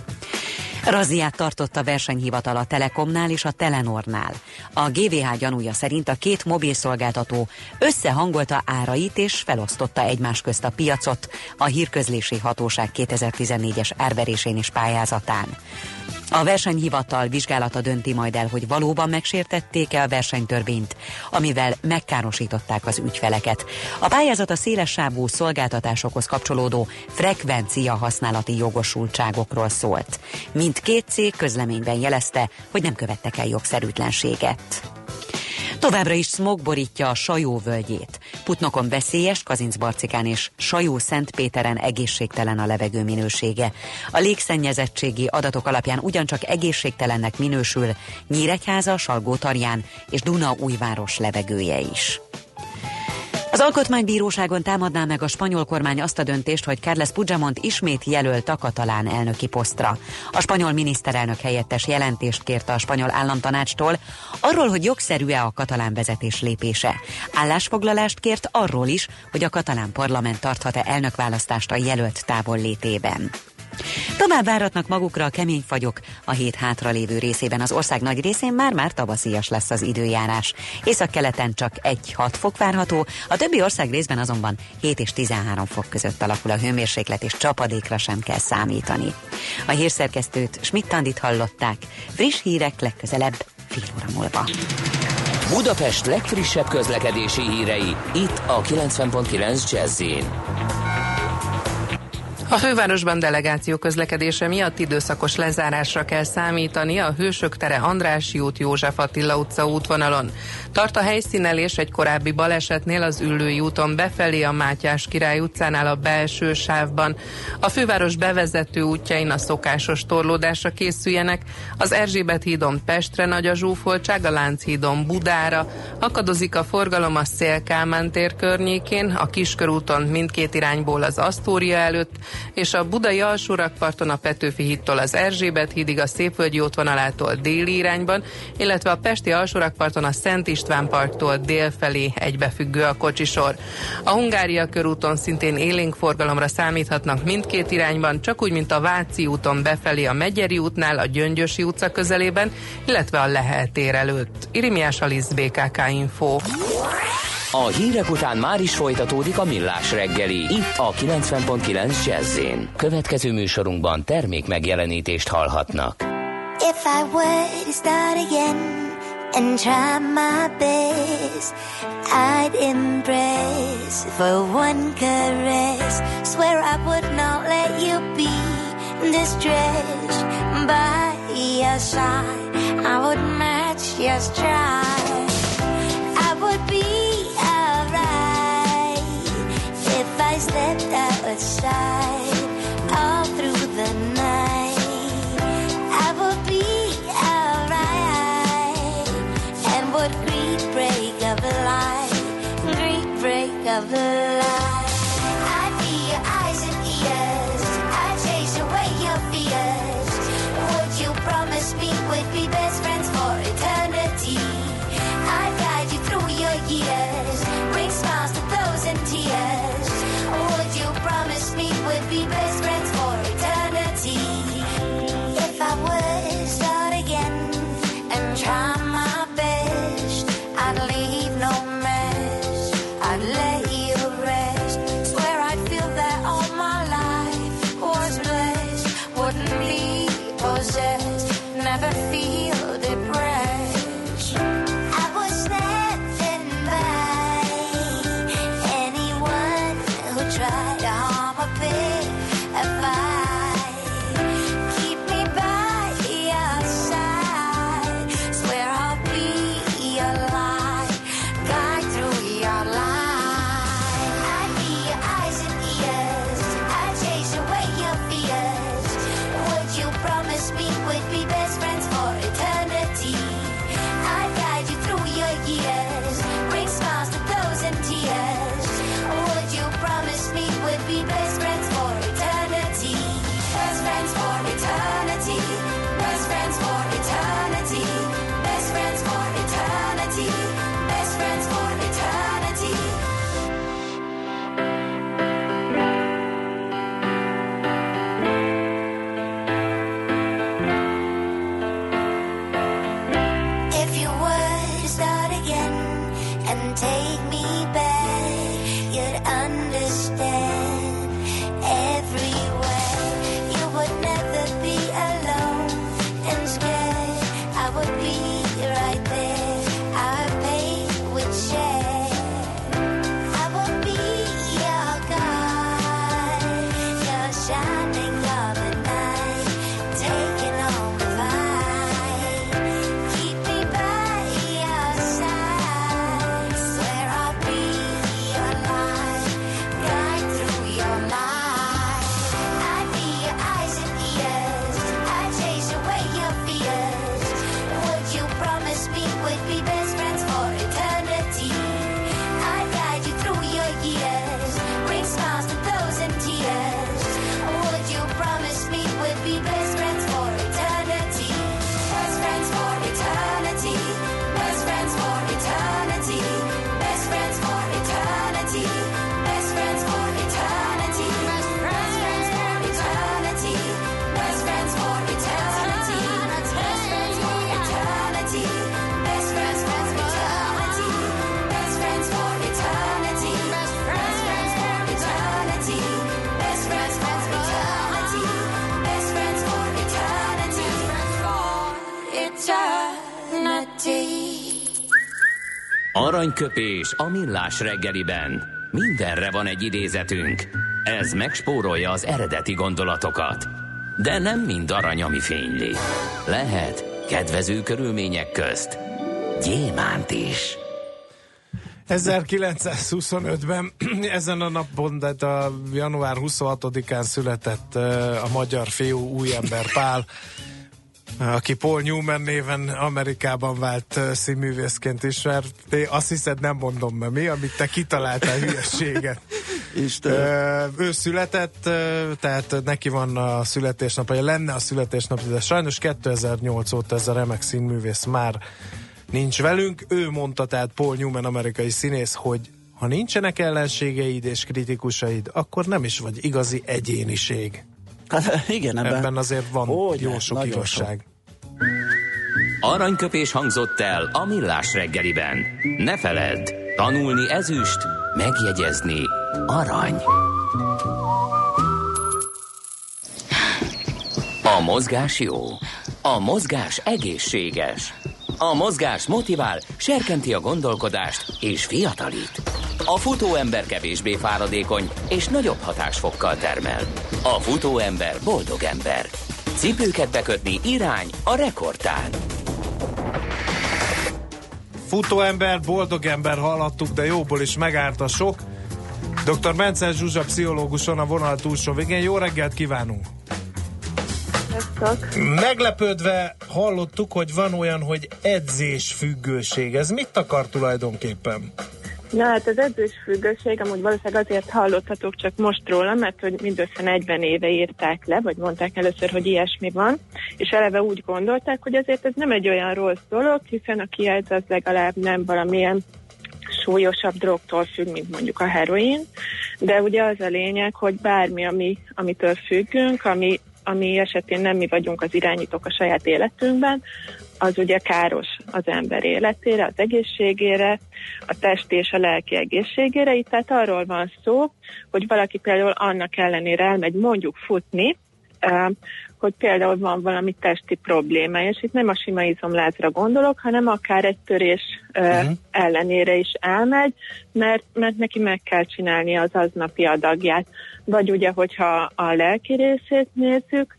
Speaker 8: Razziát tartott a versenyhivatal a Telekomnál és a Telenornál. A gé vé há gyanúja szerint a két mobilszolgáltató összehangolta árait és felosztotta egymás közt a piacot a hírközlési hatóság kétezer-tizennégyes árverésén is pályázatán. A versenyhivatal vizsgálata dönti majd el, hogy valóban megsértették-e a versenytörvényt, amivel megkárosították az ügyfeleket. A pályázat a szélessávú szolgáltatásokhoz kapcsolódó frekvencia használati jogosultságokról szólt. Mindkét cég közleményben jelezte, hogy nem követtek el jogszerűtlenséget. Továbbra is smog borítja a Sajó völgyét. Putnokon veszélyes, Kazincbarcikán és Sajó-Szentpéteren egészségtelen a levegő minősége. A légszennyezettségi adatok alapján ugyancsak egészségtelennek minősül Nyíregyháza, Salgótarján és Dunaújváros levegője is. Az Alkotmánybíróságon támadná meg a spanyol kormány azt a döntést, hogy Carles Puigdemont ismét jelölt a katalán elnöki posztra. A spanyol miniszterelnök helyettes jelentést kérte a spanyol államtanácstól arról, hogy jogszerű-e a katalán vezetés lépése. Állásfoglalást kért arról is, hogy a katalán parlament tarthat-e elnökválasztást a jelölt távollétében. Tovább váratnak magukra a kemény fagyok, a hét hátralévő részében az ország nagy részén már-már tavaszias lesz az időjárás. Északkeleten csak egy-hat fok várható, a többi ország részben azonban hét és tizenhárom fok között alakul a hőmérséklet, és csapadékra sem kell számítani. A hírszerkesztőt, Schmidt-Tandit hallották, friss hírek legközelebb fél óra múlva.
Speaker 1: Budapest legfrissebb közlekedési hírei, itt a kilencven pont kilenc Jazz-in.
Speaker 9: A fővárosban delegáció közlekedése miatt időszakos lezárásra kell számítani a Hősök tere Andrássy út József Attila utca útvonalon. Tart a helyszínelés egy korábbi balesetnél az Üllői úton befelé a Mátyás Király utcánál a belső sávban. A főváros bevezető útjain a szokásos torlódásra készüljenek, az Erzsébet hídon Pestre nagy a zsúfoltság, a Lánchídon Budára, akadozik a forgalom a Széll-Kálmán tér környékén, a Kiskörúton mindkét irányból az Asztória előtt, és a budai alsórakparton a Petőfi hídtól az Erzsébet hídig a Szépvölgyi útvonalától déli irányban, illetve a pesti alsórakparton a Szent István parktól dél felé egybefüggő a kocsisor. A Hungária körúton szintén élénk forgalomra számíthatnak mindkét irányban, csak úgy, mint a Váci úton befelé a Megyeri útnál, a Gyöngyösi utca közelében, illetve a Lehel tér előtt. Irimiás Alisz, bé ká ká Info.
Speaker 1: A hírek után már is folytatódik a Millás reggeli, itt a kilencven pont kilenc Jazz-in. Következő műsorunkban termék megjelenítést hallhatnak.
Speaker 10: If I were to start again and try my best, I'd embrace for one caress. Swear I would not let you be distressed by your side. I would match your stride. I would be if I stepped outside all through the night. I would be alright and would greet break of light, greet break of light. I'd be your eyes and ears, I'd chase away your fears. Would you promise me we'd be best friends for eternity? I'd guide you through your years, bring smiles to those in tears. Would you promise me we'd be best friends for eternity? If I would start again and try my best, I'd leave no mess, I'd let you rest. Swear I'd feel that all my life was blessed, wouldn't be possessed, never feel depressed. I was standing by anyone who tried to harm a bit of fight. Keep me by your side. Swear I'll be your light, guide through your life. I'd be your eyes and ears, I'd chase away your fears. Would you promise me we'd be best friends for eternity? I'd guide you through your years, bring smiles to those in tears. Would you promise me we'd be best friends for eternity? Best friends for eternity. Best friends for eternity. Best friends for eternity. Best friends for eternity. If you were to start again and take me back, you'd understand everywhere. You would never be alone
Speaker 1: Aranyköpés a millás reggeliben. Mindenre van egy idézetünk. Ez megspórolja az eredeti gondolatokat. De nem mind arany, ami fényli. Lehet kedvező körülmények közt gyémánt is.
Speaker 3: ezerkilencszázhuszonötben ezen a napon, de a január huszonhatodikán született a magyar fiú Újember Pál, aki Paul Newman néven Amerikában vált színművészként ismert. Azt hiszed, nem mondom meg mi, amit te kitaláltál hülyeséget. Isten. Ő született, tehát neki van a születésnapja, lenne a születésnapja, de sajnos kétezer-nyolc óta ez a remek színművész már nincs velünk. Ő mondta, tehát Paul Newman amerikai színész, hogy ha nincsenek ellenségeid és kritikusaid, akkor nem is vagy igazi egyéniség.
Speaker 2: Hát, igen, ebben,
Speaker 3: ebben azért van
Speaker 2: Hogy
Speaker 3: jó sok igazság.
Speaker 1: Aranyköpés hangzott el a millás reggeliben. Ne feledd, tanulni ezüst, megjegyezni arany. A mozgás jó. A mozgás egészséges. A mozgás motivál, serkenti a gondolkodást és fiatalít. A futóember kevésbé fáradékony és nagyobb hatásfokkal termel. A futóember boldog ember. Cipőket bekötni irány a rekordtán.
Speaker 3: Futóember, boldog ember hallottuk, de jóból is megárt a sok. doktor Mences Zsuzsa pszichológuson a vonal túlsó végén. Jó reggelt kívánunk! Meglepődve hallottuk, hogy van olyan, hogy edzésfüggőség. Ez mit akar tulajdonképpen?
Speaker 11: Na hát az edzésfüggőség, amúgy valószínűleg azért hallottatok csak most róla, mert hogy mindössze negyven éve írták le, vagy mondták először, hogy ilyesmi van, és eleve úgy gondolták, hogy azért ez nem egy olyan rossz dolog, hiszen aki edz, az legalább nem valamilyen súlyosabb drogtól függ, mint mondjuk a heroin, de ugye az a lényeg, hogy bármi, ami, amitől függünk, ami, ami esetén nem mi vagyunk az irányítók a saját életünkben, az ugye káros az ember életére, az egészségére, a testi és a lelki egészségére. Itt tehát arról van szó, hogy valaki például annak ellenére elmegy mondjuk futni, hogy például van valami testi probléma, és itt nem a sima izomlázra gondolok, hanem akár egy törés uh-huh. ellenére is elmegy, mert, mert neki meg kell csinálni az aznapi adagját. Vagy ugye, hogyha a lelki részét nézzük,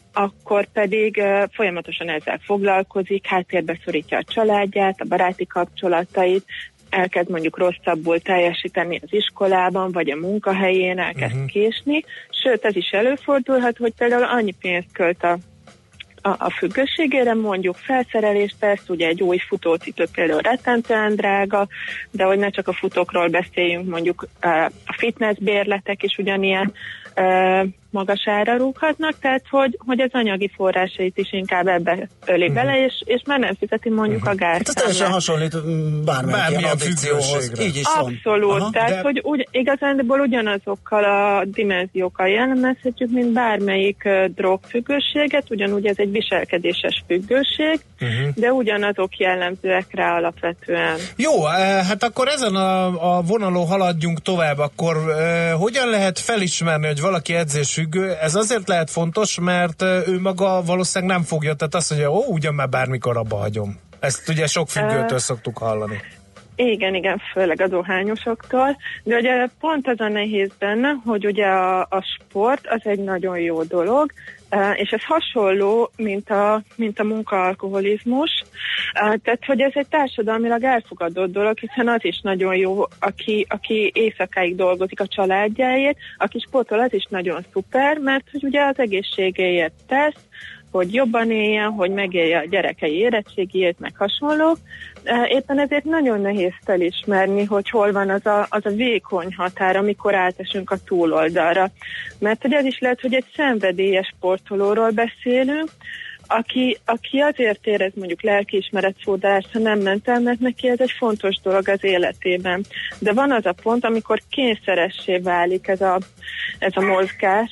Speaker 11: akkor pedig uh, folyamatosan ezzel foglalkozik, háttérbe szorítja a családját, a baráti kapcsolatait, elkezd mondjuk rosszabbul teljesíteni az iskolában, vagy a munkahelyén, elkezd uh-huh. késni, sőt, ez is előfordulhat, hogy például annyi pénzt költ a, a, a függőségére, mondjuk felszerelést tesz, ugye egy új futócipő például rettentően drága, de hogy ne csak a futókról beszéljünk, mondjuk uh, a fitnessbérletek is ugyanilyen uh, magas ára rúghatnak, tehát hogy, hogy az anyagi forrásait is inkább ebbe öli uh-huh. bele, és, és már nem fizeti mondjuk uh-huh. a gázszámlát. Hát
Speaker 2: ez teljesen hasonlít bármelyik ilyen addikcióhoz. Így is van.
Speaker 11: Abszolút, aha, tehát de... hogy ugy, igazándiból ugyanazokkal a dimenziókkal jellemezhetjük, mint bármelyik uh, drogfüggőséget, ugyanúgy ez egy viselkedéses függőség, uh-huh. de ugyanazok jellemzőek rá alapvetően.
Speaker 3: Jó, hát akkor ezen a, a vonalon haladjunk tovább, akkor uh, hogyan lehet felismerni, hogy valaki edzés függő? Ez azért lehet fontos, mert ő maga valószínűleg nem fogja, tehát azt mondja, ó, ugyan már bármikor abba hagyom. Ezt ugye sok függőtől uh, szoktuk hallani.
Speaker 11: Igen, igen, főleg a dohányosoktól, de ugye pont az a nehéz benne, hogy ugye a, a sport az egy nagyon jó dolog, Uh, és ez hasonló, mint a, mint a munkaalkoholizmus, uh, tehát hogy ez egy társadalmilag elfogadott dolog, hiszen az is nagyon jó, aki, aki éjszakáig dolgozik a családjáért, aki sportol, az is nagyon szuper, mert hogy ugye az egészségéért tesz, hogy jobban éljen, hogy megélje a gyerekei érettségiét, meg hasonlók. Éppen ezért nagyon nehéz felismerni, hogy hol van az a, az a vékony határ, amikor átesünk a túloldalra. Mert hogy az is lehet, hogy egy szenvedélyes sportolóról beszélünk, aki, aki azért érez mondjuk lelkiismeretszódalást, ha nem ment el, mert neki ez egy fontos dolog az életében. De van az a pont, amikor kényszeressé válik ez a, ez a mozgás,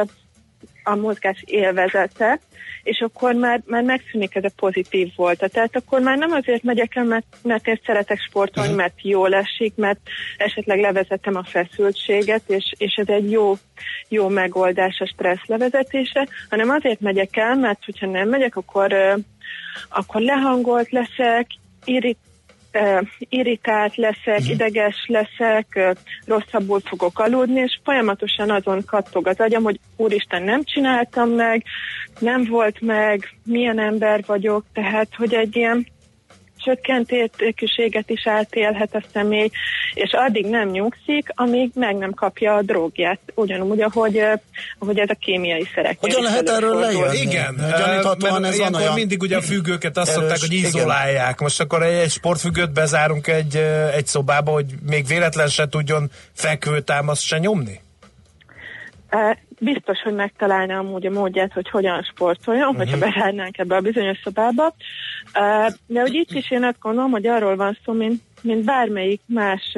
Speaker 11: a mozgás élvezete, és akkor már, már megszűnik ez a pozitív volt. Tehát akkor már nem azért megyek el, mert, mert én szeretek sportolni, uh-huh. mert jól esik, mert esetleg levezetem a feszültséget, és, és ez egy jó, jó megoldás a stressz levezetése, hanem azért megyek el, mert hogyha nem megyek, akkor, akkor lehangolt leszek, irrit, uh, irritált leszek, uh-huh. ideges leszek, uh, rosszabbul fogok aludni, és folyamatosan azon kattog az agyam, hogy úristen, nem csináltam meg, nem volt meg, milyen ember vagyok, tehát, hogy egy ilyen csökkent értékűséget is átélhet a személy, és addig nem nyugszik, amíg meg nem kapja a drogját. Ugyanúgy, ahogy, ahogy ez a kémiai szereknél.
Speaker 2: Hogyan lehet erről lejönni?
Speaker 5: Igen, gyaníthatóan ez van olyan... mindig ugye a függőket azt erős, szokták, hogy izolálják. Igen. Most akkor egy sportfüggőt bezárunk egy, egy szobába, hogy még véletlen se tudjon fekvőtámaszt se nyomni?
Speaker 11: Biztos, hogy megtalálna amúgy a módját, hogy hogyan sportoljon, uh-huh. hogyha bezárnánk ebbe a bizonyos szobába. De hogy itt is én azt gondolom, hogy arról van szó, mint, mint bármelyik más,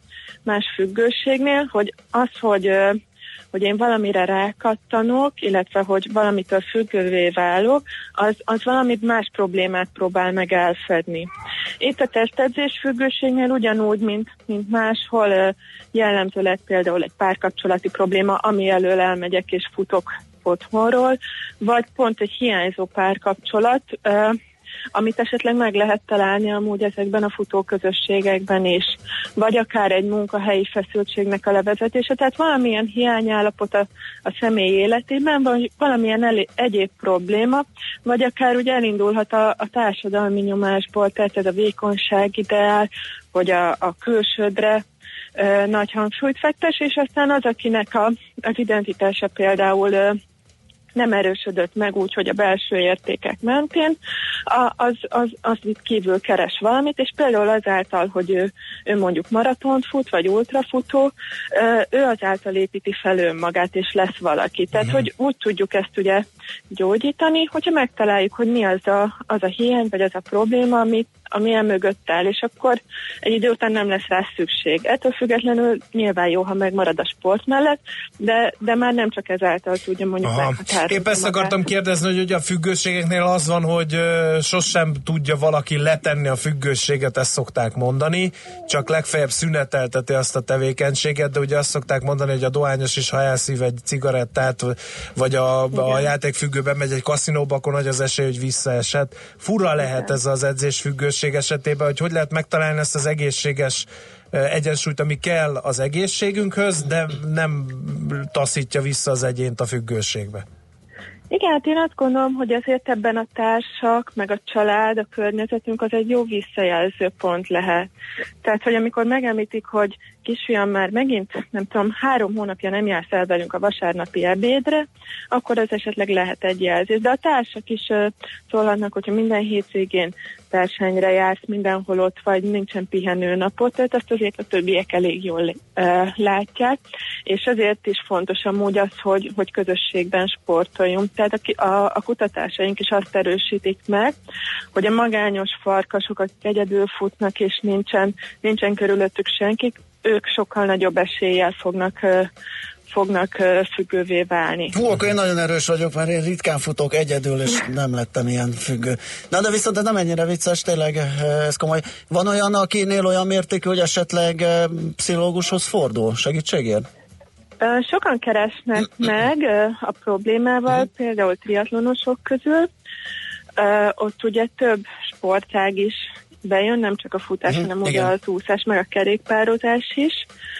Speaker 11: más függőségnél, hogy az, hogy, hogy én valamire rákattanok, illetve hogy valamitől függővé válok, az, az valami más problémát próbál meg elfedni. Itt a testedzés függőségnél ugyanúgy, mint, mint máshol jellemző lett például egy párkapcsolati probléma, ami elől elmegyek és futok otthonról, vagy pont egy hiányzó párkapcsolat, amit esetleg meg lehet találni amúgy ezekben a futóközösségekben is, vagy akár egy munkahelyi feszültségnek a levezetése, tehát valamilyen hiányállapot a, a személy életében, vagy valamilyen elé, egyéb probléma, vagy akár ugye elindulhat a, a társadalmi nyomásból, tehát ez a vékonyság ideál, hogy a, a külsődre ö, nagy hangsúlyt fektes, és aztán az, akinek a, az identitása például ö, nem erősödött meg úgy, hogy a belső értékek mentén, az, az, az itt kívül keres valamit, és például azáltal, hogy ő, ő mondjuk maratont fut, vagy ultrafutó, ő azáltal építi fel önmagát, és lesz valaki. Tehát, mm. hogy úgy tudjuk ezt ugye gyógyítani, hogyha megtaláljuk, hogy mi az a, az a hiány, vagy az a probléma, amit ami elmögött áll, és akkor egy idő után nem lesz rá szükség. Ettől függetlenül nyilván jó, ha megmarad a sport mellett, de, de már nem csak ezáltal tudja mondjuk meghatározni.
Speaker 5: Épp ezt akartam kérdezni, hogy ugye a függőségeknél az van, hogy uh, sosem tudja valaki letenni a függőséget, ezt szokták mondani, csak legfeljebb szünetelteti azt a tevékenységet, de ugye azt szokták mondani, hogy a dohányos is, ha elszív egy cigarettát, vagy a, a játékfüggőben megy egy kaszinóba, akkor nagy az esély, hogy visszaesett. Fura lehet ez az edzésfüggőség esetében, hogy hogy lehet megtalálni ezt az egészséges egyensúlyt, ami kell az egészségünkhöz, de nem taszítja vissza az egyént a függőségbe.
Speaker 11: Igen, hát én azt gondolom, hogy azért ebben a társak, meg a család, a környezetünk az egy jó visszajelző pont lehet. Tehát, hogy amikor megemlítik, hogy kisfiam már megint, nem tudom, három hónapja nem jársz el velünk a vasárnapi ebédre, akkor az esetleg lehet egy jelzés. De a társak is uh, szólhatnak, hogyha minden hétvégén versenyre jársz, mindenhol ott vagy, nincsen pihenőnapot, tehát azt azért a többiek elég jól uh, látják, és azért is fontos amúgy az, hogy, hogy közösségben sportoljunk. Tehát a, a, a kutatásaink is azt erősítik meg, hogy a magányos farkasok, akik egyedül futnak, és nincsen, nincsen körülöttük senki, ők sokkal nagyobb eséllyel fognak uh, fognak uh, függővé válni.
Speaker 2: Hú, akkor én nagyon erős vagyok, mert én ritkán futok egyedül, és nem lettem ilyen függő. Na, de viszont ez nem ennyire vicces, tényleg ez komoly. Van olyan, akinél olyan mértékű, hogy esetleg pszichológushoz fordul segítségért?
Speaker 11: Uh, sokan keresnek meg uh, a problémával, például triatlonosok közül. Uh, ott ugye több sportág is bejön, nem csak a futás, uh-huh, hanem ugye az úszás, meg a kerékpározás is.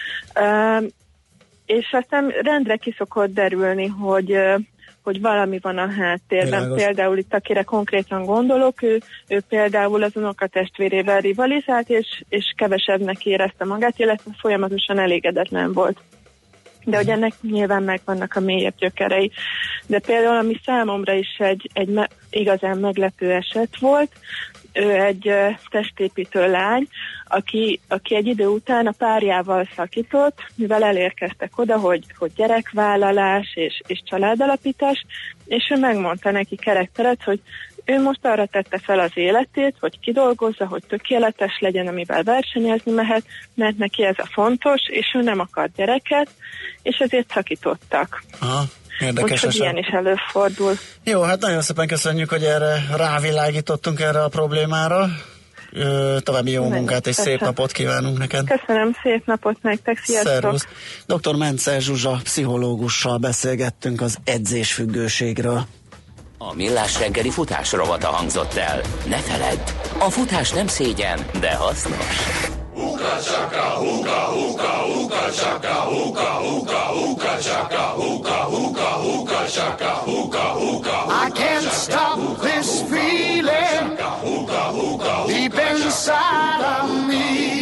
Speaker 11: Uh, és aztán rendre ki szokott derülni, hogy, hogy valami van a háttérben. Világos. Például itt, akire konkrétan gondolok, ő, ő például az unokatestvérével rivalizált, és, és kevesebbnek érezte magát, illetve folyamatosan elégedetlen volt. De hogy ennek nyilván megvannak a mélyebb gyökerei. De például, ami számomra is egy, egy me- igazán meglepő eset volt, ő egy uh, testépítő lány, aki, aki egy idő után a párjával szakított, mivel elérkeztek oda, hogy, hogy gyerekvállalás és, és családalapítás, és ő megmondta neki kerekteret, hogy ő most arra tette fel az életét, hogy kidolgozza, hogy tökéletes legyen, amivel versenyezni mehet, mert neki ez a fontos, és ő nem akar gyereket, és ezért szakítottak.
Speaker 2: Aha. Érdekes.
Speaker 11: Úgyhogy ilyen is előfordul.
Speaker 2: Jó, hát nagyon szépen köszönjük, hogy erre rávilágítottunk erre a problémára. Ö, további jó nagyon munkát és köszön. Szép napot kívánunk neked.
Speaker 11: Köszönöm, szép napot nektek, sziasztok!
Speaker 2: Szervusz! doktor Mencze Zsuzsa pszichológussal beszélgettünk az edzésfüggőségről.
Speaker 1: A Millás reggeli futás rovata hangzott el. Ne feledd, a futás nem szégyen, de hasznos.
Speaker 12: Uka chaka, uka, uka, uka chaka, uka, uka, uka chaka, uka, uka, uka chaka, uka, uka.
Speaker 6: I can't stop this feeling deep inside of me.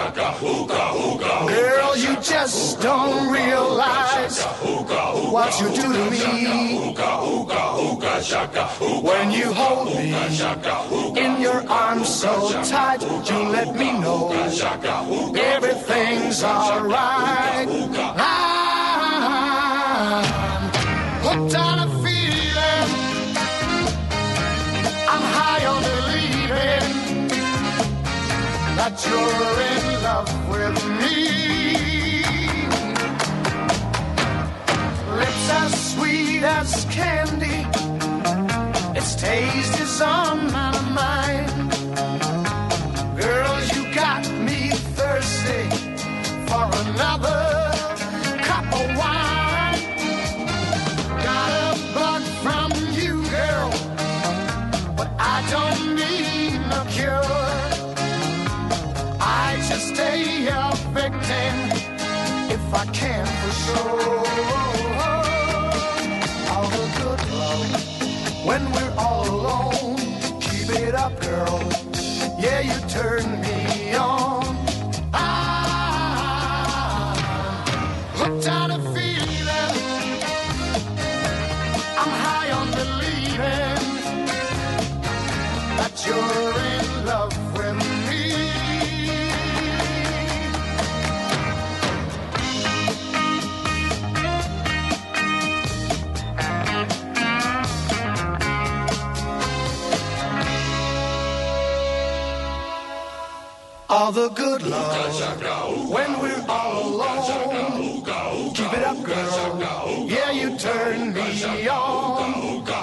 Speaker 6: Girl, you just don't realize what you do to me. When you hold me in your arms so tight, you let me know everything's alright. I'm hooked on a feeling, I'm high on believing that you're in love with me. Lips as sweet as candy, its taste is on my mind. Girl, you got me thirsty for another cup of wine. Got a bug from you, girl, but I don't need no cure. I just stay a victim if I can for sure. All the good love when we're all alone. Keep it up, girl. Yeah, you turn me on. I'm hooked on a feeling, I'm high on believing that you're in love with me. All the good love when we're all alone. Keep it up, girl. Yeah, you turn me on.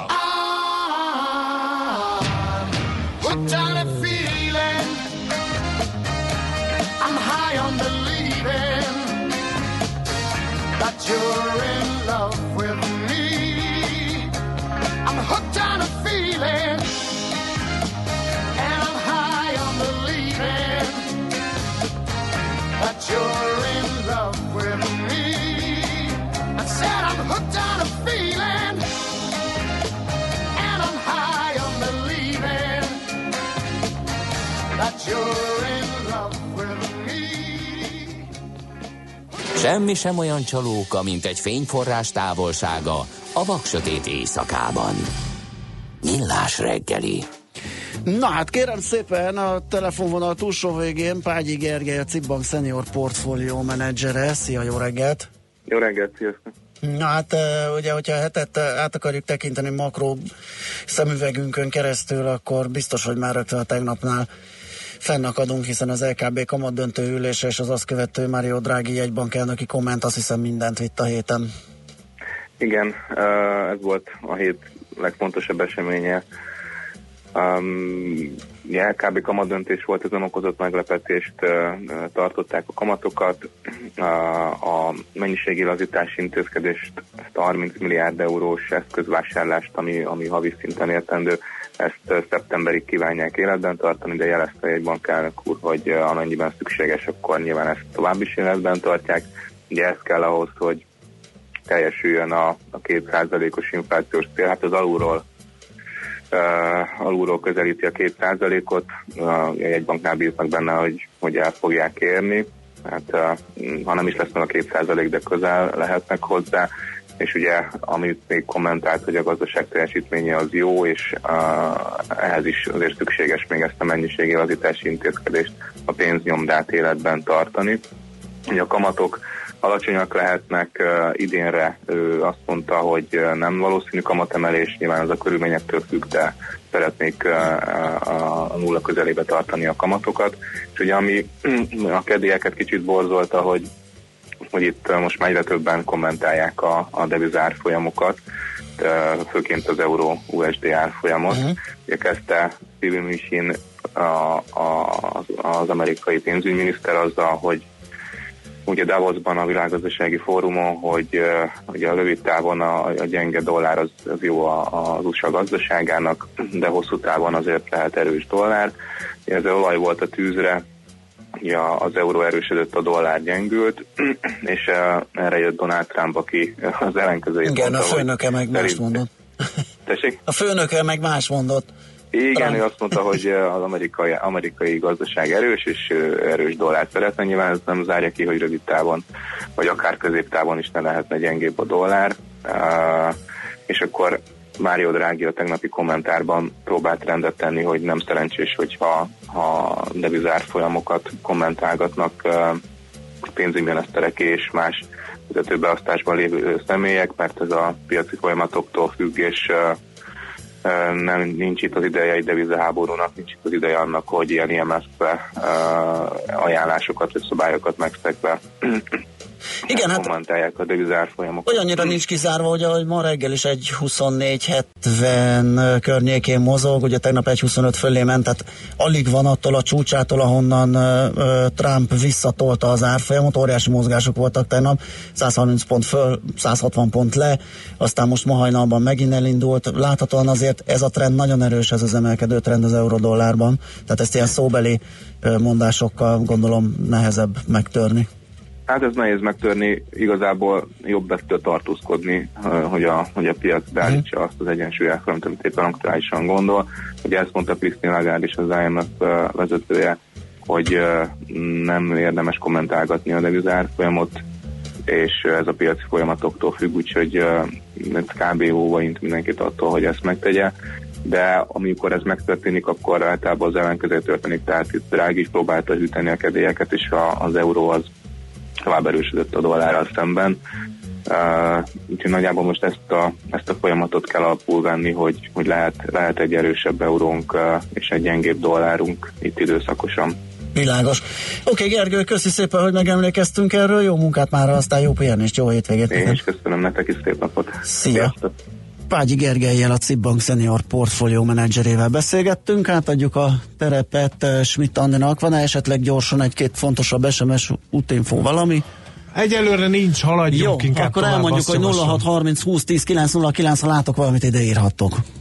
Speaker 6: I'm hooked on a feeling, I'm high on believing that you're in love with me. I'm hooked on a feeling, and I'm high on believing that you're in love with me. I said I'm hooked on a feeling, and I'm high on believing that you're in love with me.
Speaker 1: Semmi sem olyan csalóka, mint egy fényforrás távolsága a vaksötét éjszakában. Millás reggeli.
Speaker 2: Na hát kérem szépen, a telefonvonal túlsó végén Págyi Gergely, a Cibbank Senior Portfolio menedzsere. Szia, jó reggelt!
Speaker 13: Jó reggelt, sziasztok!
Speaker 2: Na hát ugye, hogyha a hetet át akarjuk tekinteni makro szemüvegünkön keresztül, akkor biztos, hogy már rögtön a tegnapnál fennakadunk, hiszen az el ká bé kamatdöntő ülése és az azt követő Mario Draghi jegybankelnöki komment azt hiszem mindent vitt a héten.
Speaker 13: Igen, ez volt a hét legfontosabb eseménye. Um, el ká bé kamatdöntés volt, ez nem okozott meglepetést, uh, tartották a kamatokat, uh, a mennyiségi lazítási intézkedést, ezt a harminc milliárd eurós eszközvásárlást, ami, ami havi szinten értendő, ezt uh, szeptemberig kívánják életben tartani, de jelezte egy bankelnök úr, hogy uh, amennyiben szükséges, akkor nyilván ezt tovább is életben tartják. Ugye ez kell ahhoz, hogy teljesüljön a, a két százalékos inflációs cél, hát az alulról Uh, alulról közelíti a két százalékot, uh, egy banknál bíznak benne, hogy, hogy el fogják érni, hát uh, ha nem is lesz meg a két százalék, de közel lehetnek hozzá, és ugye amit még kommentált, hogy a gazdaság teljesítménye az jó, és uh, ehhez is azért szükséges még ezt a mennyiségi lazítási intézkedést, a pénznyomdát életben tartani. Ugye a kamatok alacsonyak lehetnek, uh, idénre ő azt mondta, hogy uh, nem valószínű kamatemelés, nyilván az a körülményektől függ, de szeretnék uh, a nulla közelébe tartani a kamatokat. És ugye ami a kedélyeket kicsit borzolta, hogy, hogy itt uh, most már egyre többen kommentálják a, a devizárfolyamokat, uh, főként az euró-u es dé árfolyamot. Uh-huh. Ugye kezdte Steven Mnuchin, a, a, az, az amerikai pénzügyminiszter azzal, hogy ugye Davosban a világgazdasági fórumon, hogy ugye a rövid távon a, a gyenge dollár az, az jó az u es á gazdaságának, de hosszú távon azért lehet erős dollár. Ez olaj volt a tűzre, ja, az euró erősödött, a dollár gyengült, és erre jött Donald Trump, aki az ellenkezőjét
Speaker 2: igen,
Speaker 13: mondta.
Speaker 2: A főnöke meg más mondott.
Speaker 13: Tessék?
Speaker 2: A főnöke meg más mondott.
Speaker 13: Igen,
Speaker 2: Trump.
Speaker 13: Ő azt mondta, hogy az amerikai, amerikai gazdaság erős, és erős dollárt szeretne. Nyilván ez nem zárja ki, hogy rövid távon, vagy akár középtávon is ne lehetne gyengébb a dollár. Uh, és akkor Mário Draghi a tegnapi kommentárban próbált rendet tenni, hogy nem szerencsés, hogyha ha devizárfolyamokat kommentálgatnak uh, pénzügyminiszterek és más vezetőbeosztásban lévő személyek, mert ez a piaci folyamatoktól függ, és uh, nem, nincs itt az ideje egy devizaháborúnak, nincs itt az ideje annak, hogy ilyen i em ef-be uh, ajánlásokat vagy szabályokat megszegve
Speaker 2: igen, hát
Speaker 13: kommentálják a devizárfolyamokat.
Speaker 2: Olyannyira nincs kizárva, hogy ahogy ma reggel is egy huszonnégy hetven környékén mozog, ugye tegnap egy huszonöt fölé ment, tehát alig van attól a csúcsától, ahonnan uh, Trump visszatolta az árfolyamot, óriási mozgások voltak tegnap, száz harminc pont föl, száz hatvan pont le, aztán most ma hajnalban megint elindult, láthatóan azért ez a trend nagyon erős, ez az emelkedő trend az euró-dollárban, tehát ezt ilyen szóbeli uh, mondásokkal gondolom nehezebb megtörni.
Speaker 13: Hát ez nehéz megtörni, igazából jobb ettől tartózkodni, hogy a, hogy a piac beállítsa azt az egyensúlyárfolyamat, amit éppen aktuálisan gondol. Ugye ezt mondta Christine Lagarde is, az i em ef vezetője, hogy nem érdemes kommentálgatni a devizárfolyamot, és ez a piaci folyamatoktól függ, úgyhogy kb. Óvaint mindenkit attól, hogy ezt megtegye. De amikor ez megtörténik, akkor általában az ellenkező történik, tehát itt Draghi is próbálta hűteni a kedélyeket, és a, az euró az tovább erősödött a dollárral szemben. Uh, úgyhogy nagyjából most ezt a, ezt a folyamatot kell alapul venni, hogy, hogy lehet, lehet egy erősebb eurónk uh, és egy gyengébb dollárunk itt időszakosan.
Speaker 2: Világos. Oké, okay, Gergő, köszi szépen, hogy megemlékeztünk erről. Jó munkát mára, aztán jó pihenést, jó hétvégét.
Speaker 13: Én is köszönöm nektek is, szép napot.
Speaker 2: Szia. Sziasztok. Págyi Gergellyel, a cé i bé Bank Senior Portfolio menedzserével beszélgettünk, átadjuk a terepet Schmidt Andinak. Van-e esetleg gyorsan egy-két fontosabb es em es útinfó valami?
Speaker 3: Egyelőre nincs, haladjunk
Speaker 2: jó,
Speaker 3: inkább
Speaker 2: akkor
Speaker 3: tovább,
Speaker 2: elmondjuk, hogy nulla hat harminc húsz tíz kilenc nulla kilenc, ha látok valamit, ide írhattok.